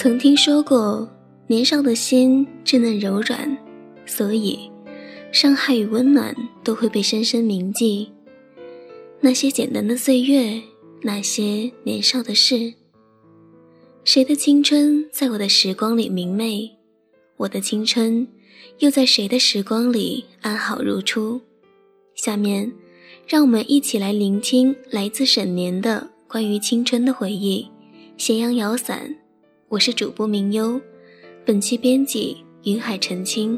曾听说过，年少的心稚嫩柔软，所以伤害与温暖都会被深深铭记。那些简单的岁月，那些年少的事，谁的青春在我的时光里明媚，我的青春又在谁的时光里安好如初。下面让我们一起来聆听来自沈年的关于青春的回忆。斜阳摇伞，我是主播明优，本期编辑云海澄清。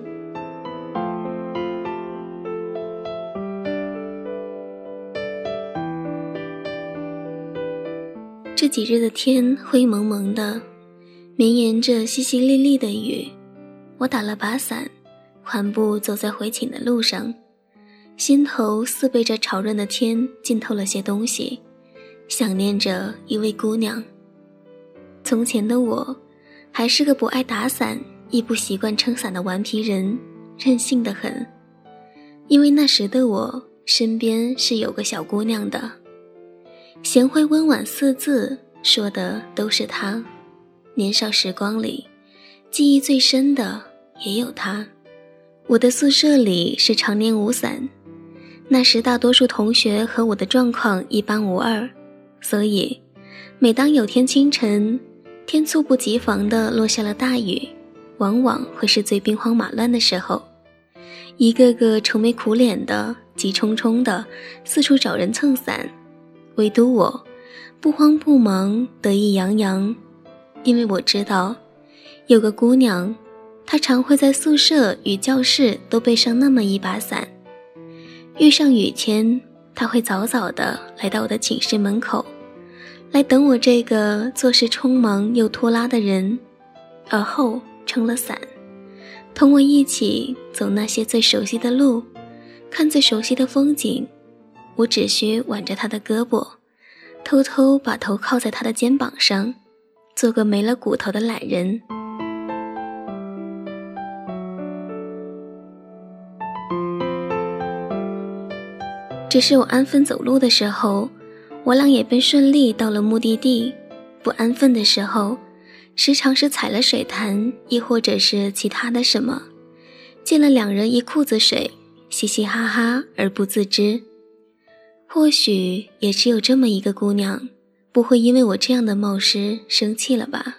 这几日的天灰蒙蒙的，绵延着淅淅沥沥的雨。我打了把伞，缓步走在回寝的路上，心头似被这潮润的天浸透了些东西，想念着一位姑娘。从前的我还是个不爱打伞亦不习惯撑伞的顽皮人，任性得很。因为那时的我身边是有个小姑娘的，贤惠温婉四字说的都是她。年少时光里记忆最深的也有她。我的宿舍里是常年无伞，那时大多数同学和我的状况一般无二，所以每当有天清晨天猝不及防地落下了大雨，往往会是最兵荒马乱的时候，一个个愁眉苦脸的急冲冲的四处找人蹭伞，唯独我不慌不忙得意洋洋。因为我知道有个姑娘，她常会在宿舍与教室都备上那么一把伞，遇上雨天她会早早地来到我的寝室门口，来等我这个做事匆忙又拖拉的人，而后撑了伞，同我一起走那些最熟悉的路，看最熟悉的风景。我只需挽着她的胳膊，偷偷把头靠在她的肩膀上，做个没了骨头的懒人。只是我安分走路的时候，我俩也便顺利到了目的地。不安分的时候，时常是踩了水潭，亦或者是其他的什么，溅了两人一裤子水，嘻嘻哈哈而不自知。或许也只有这么一个姑娘，不会因为我这样的冒失生气了吧。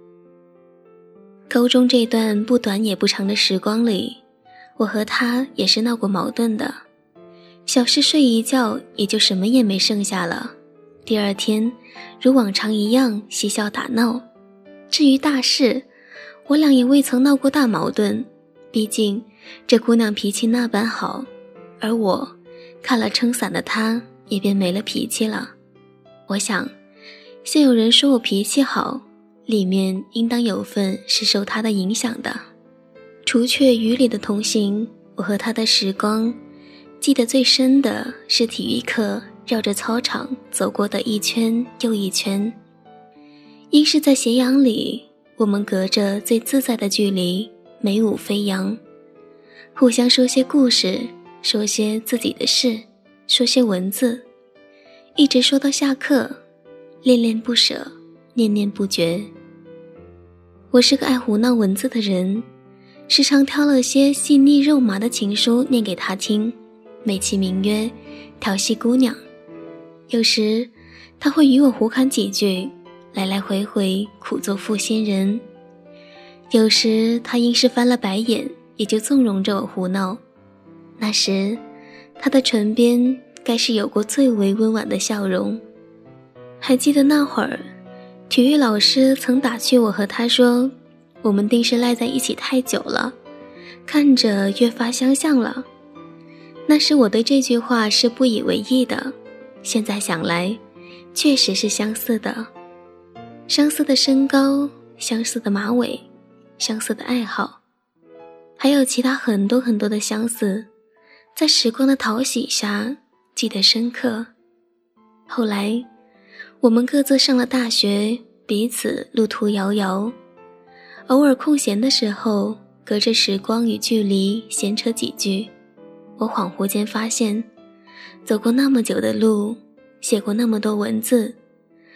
高中这段不短也不长的时光里，我和她也是闹过矛盾的，小事睡一觉也就什么也没剩下了，第二天如往常一样嬉笑打闹。至于大事，我俩也未曾闹过大矛盾，毕竟这姑娘脾气那般好，而我看了撑伞的她也便没了脾气了。我想现有人说我脾气好，里面应当有份是受她的影响的。除却雨里的同行，我和她的时光记得最深的是体育课绕着操场走过的一圈又一圈。因是在斜阳里，我们隔着最自在的距离美舞飞扬，互相说些故事，说些自己的事，说些文字，一直说到下课，恋恋不舍，念念不绝。我是个爱胡闹文字的人，时常挑了些细腻肉麻的情书念给他听，美其名曰调戏姑娘。有时他会与我胡侃几句，来来回回苦做负心人。有时他因是翻了白眼，也就纵容着我胡闹。那时他的唇边该是有过最为温婉的笑容。还记得那会儿体育老师曾打趣我和他说，我们定是赖在一起太久了，看着越发相像了。那时我对这句话是不以为意的，现在想来确实是相似的。相似的身高，相似的马尾，相似的爱好，还有其他很多很多的相似，在时光的淘洗下记得深刻。后来我们各自上了大学，彼此路途遥遥，偶尔空闲的时候，隔着时光与距离闲扯几句。我恍惚间发现，走过那么久的路，写过那么多文字，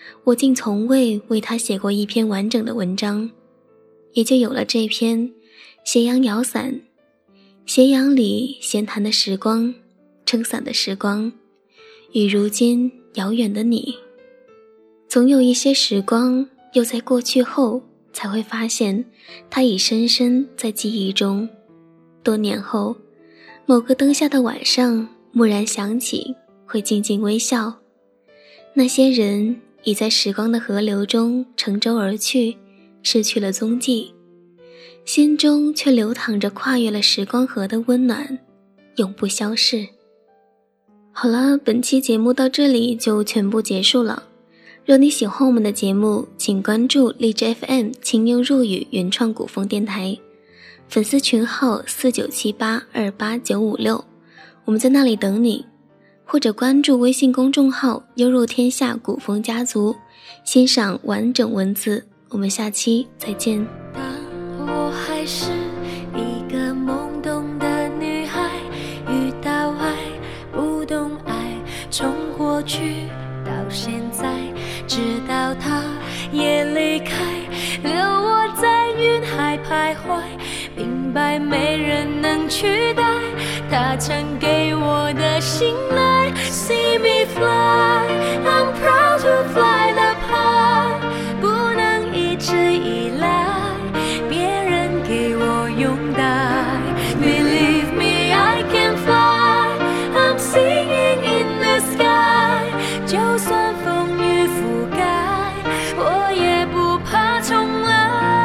我竟从未为他写过一篇完整的文章，也就有了这篇斜阳摇伞。斜阳里闲谈的时光，撑伞的时光，与如今遥远的你。总有一些时光，又在过去后才会发现它已深深在记忆中。多年后，某个灯下的晚上，蓦然想起，会静静微笑。那些人已在时光的河流中乘舟而去，失去了踪迹，心中却流淌着跨越了时光河的温暖，永不消逝。好了，本期节目到这里就全部结束了。若你喜欢我们的节目，请关注荔枝 FM 清幽入语原创古风电台，粉丝群号4978289556，我们在那里等你。或者关注微信公众号幽入天下古风家族，欣赏完整文字。我们下期再见。 当我还是一个懵懂的女孩，遇到爱不懂爱，从过去到现在，直到他也离开，留我在云海徘徊，明白没人能取代他曾给我的信赖。 See me fly, I'm proud to fly the high， 不能一直依赖别人给我拥戴。 Believe me, I can fly, I'm singing in the sky， 就算风雨覆盖，我也不怕重来。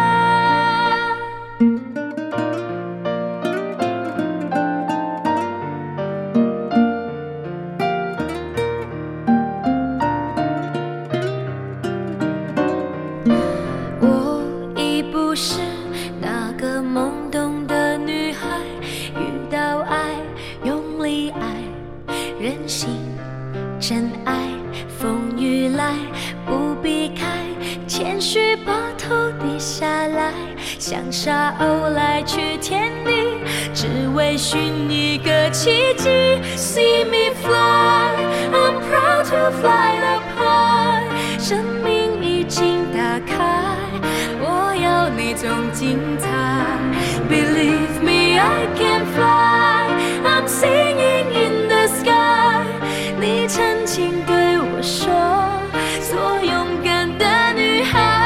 我已不是那个懵懂的女孩，遇到爱用力爱，任性真爱，风雨来不避开，谦虚把头低下来，像沙鸥来去天地，只为寻一个奇迹。 See me fly, I'm proud to fly the high， 生命已经打开，我要那种精彩。 Believe me, I can fly, I'm singing in the sky， 你曾经对我说，做勇敢的女孩。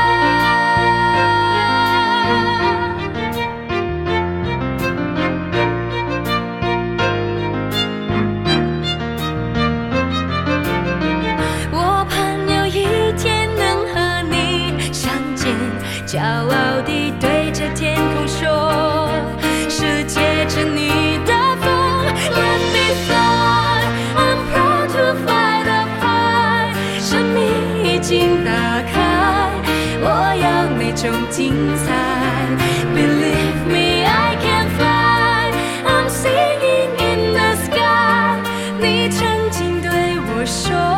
我盼有一天能和你相见，骄傲地对着天空说，是借着你的风。 Let me fly, I'm proud to fly the high， 生命已经打开，我要那种精彩。 Believe me, I can fly, I'm singing in the sky， 你曾经对我说。